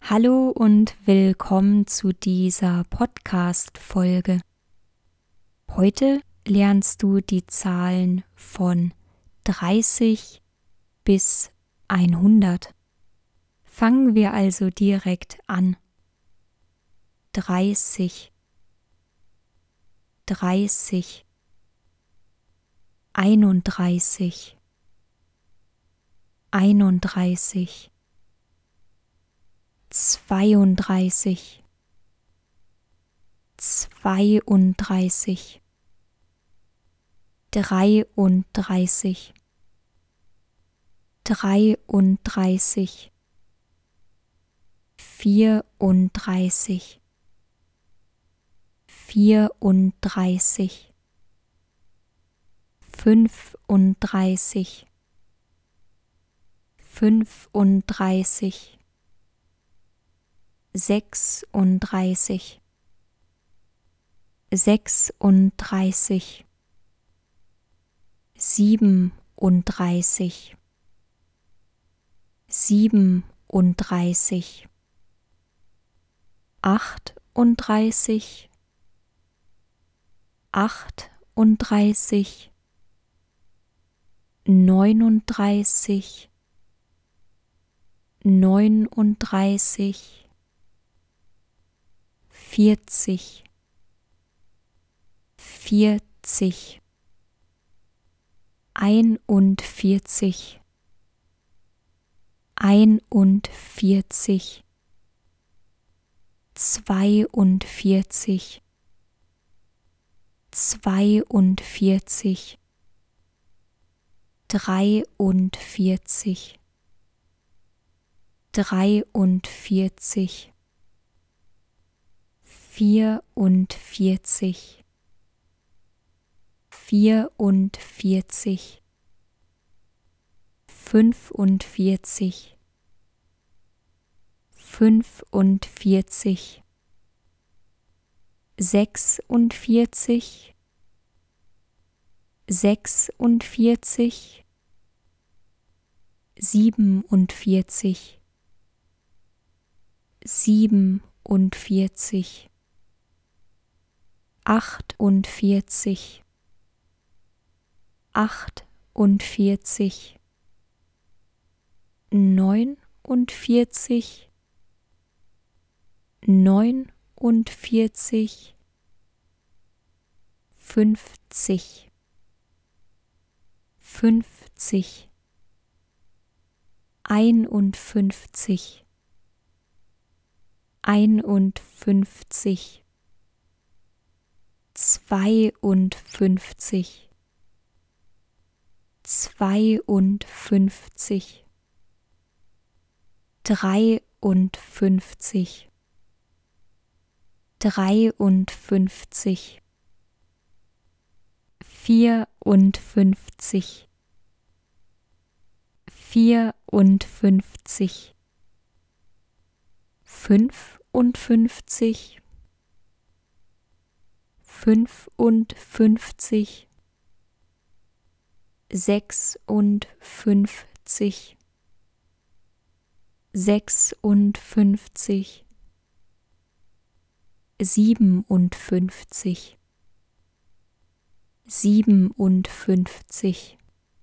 Hallo und willkommen zu dieser Podcast-Folge. Heute lernst du die Zahlen von 30 bis 100. Fangen wir also direkt an. 30, 30, 31, 31, 32, 32, 33, 33, 34, 34, 35, 35, 36, 36, 37, 37, 38, 38, 39, 39, 40, 40, 41, 41, 42, 42, 43, 43, 44, 44, 45, 45, 46, 46, 47, 47, 48, 48, 49, 49, 50, 50, 51, 51, 52, 52, 53, 53, 54, 54, 55, 55, 56, 56, 57, 57,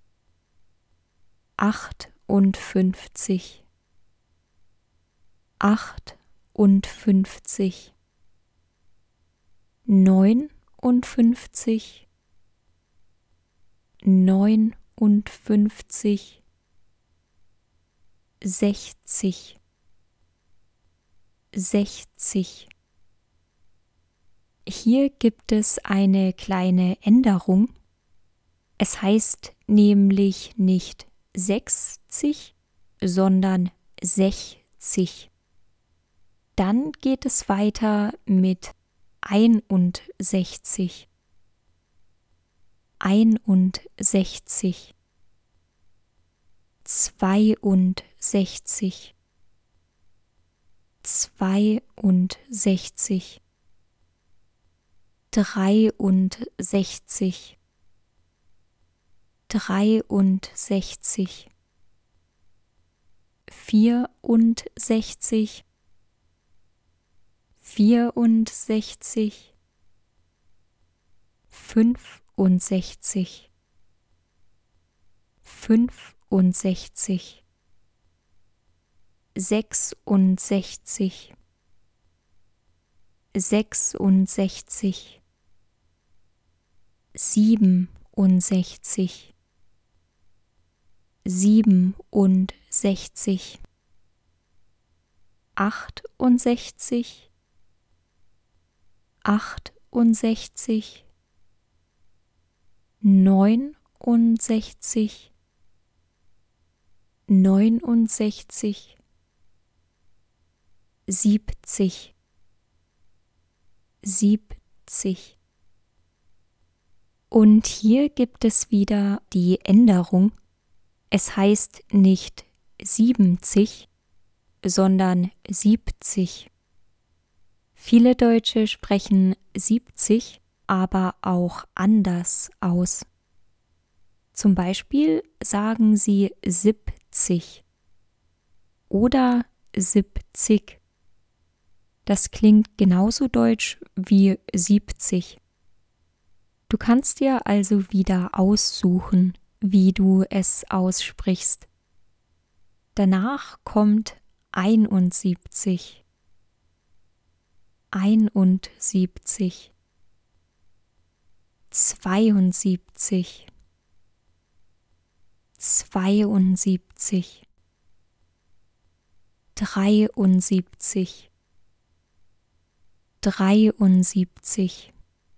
58, 58, 59, 59, 60, 60. Hier gibt es eine kleine Änderung. Es heißt nämlich nicht 60, sondern 60. Dann geht es weiter mit 61, 61, 62, 62, 63, 63, 64, 64, 65, 65, 66, 66, 67, 67, 68, 68, 69, 69, 70, 70. Und hier gibt es wieder die Änderung. Es heißt nicht 70, sondern 70. Viele Deutsche sprechen 70, aber auch anders aus. Zum Beispiel sagen sie 70 oder 70. Das klingt genauso deutsch wie 70. Du kannst dir also wieder aussuchen, wie du es aussprichst. Danach kommt 71, 71, 72, 72, 73, 73,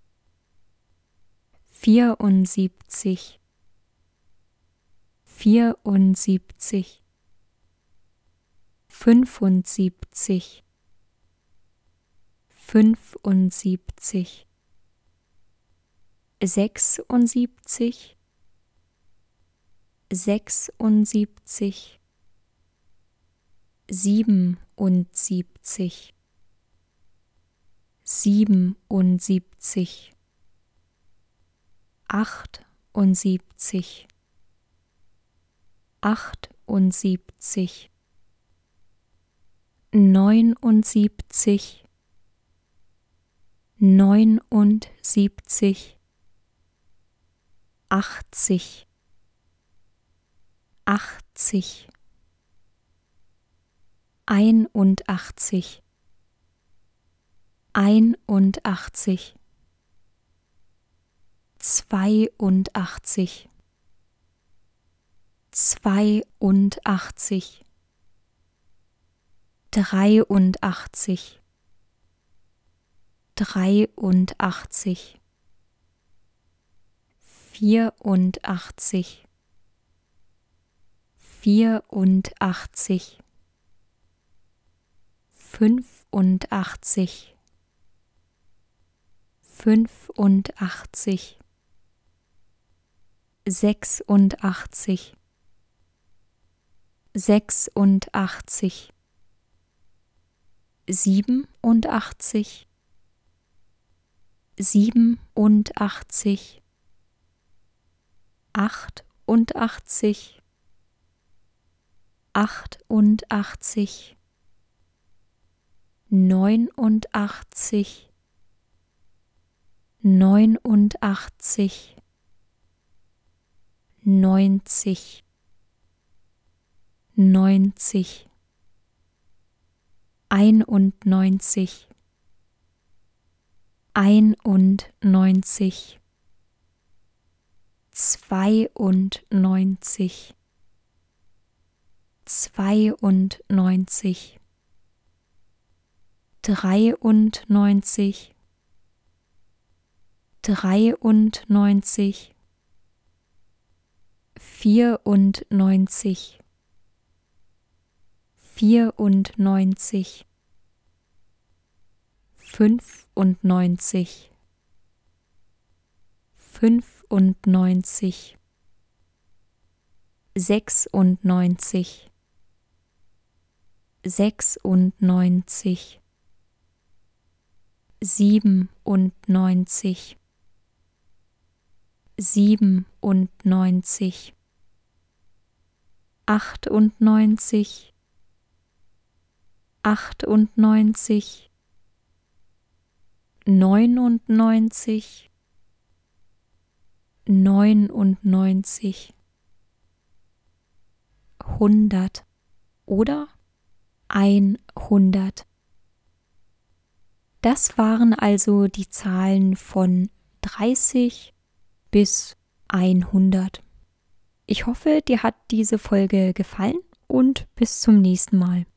74, 74, 75, 75, 76, 76, 77, 77, 78, 78, 79, 79, 80, 80, 81, 81, 82, 82, 83, 83, 84, 84, 85, 85, 86, 86, 87, 87, 88, 88, 89, 89, 90, 90, 91, 91, 92, 92, 93, 93, 94, 94, 95, 95, 96, 96, 97, 97, 98, 98, 99, 99, 100 oder 100. Das waren also die Zahlen von 30 bis 100. Ich hoffe, dir hat diese Folge gefallen und bis zum nächsten Mal.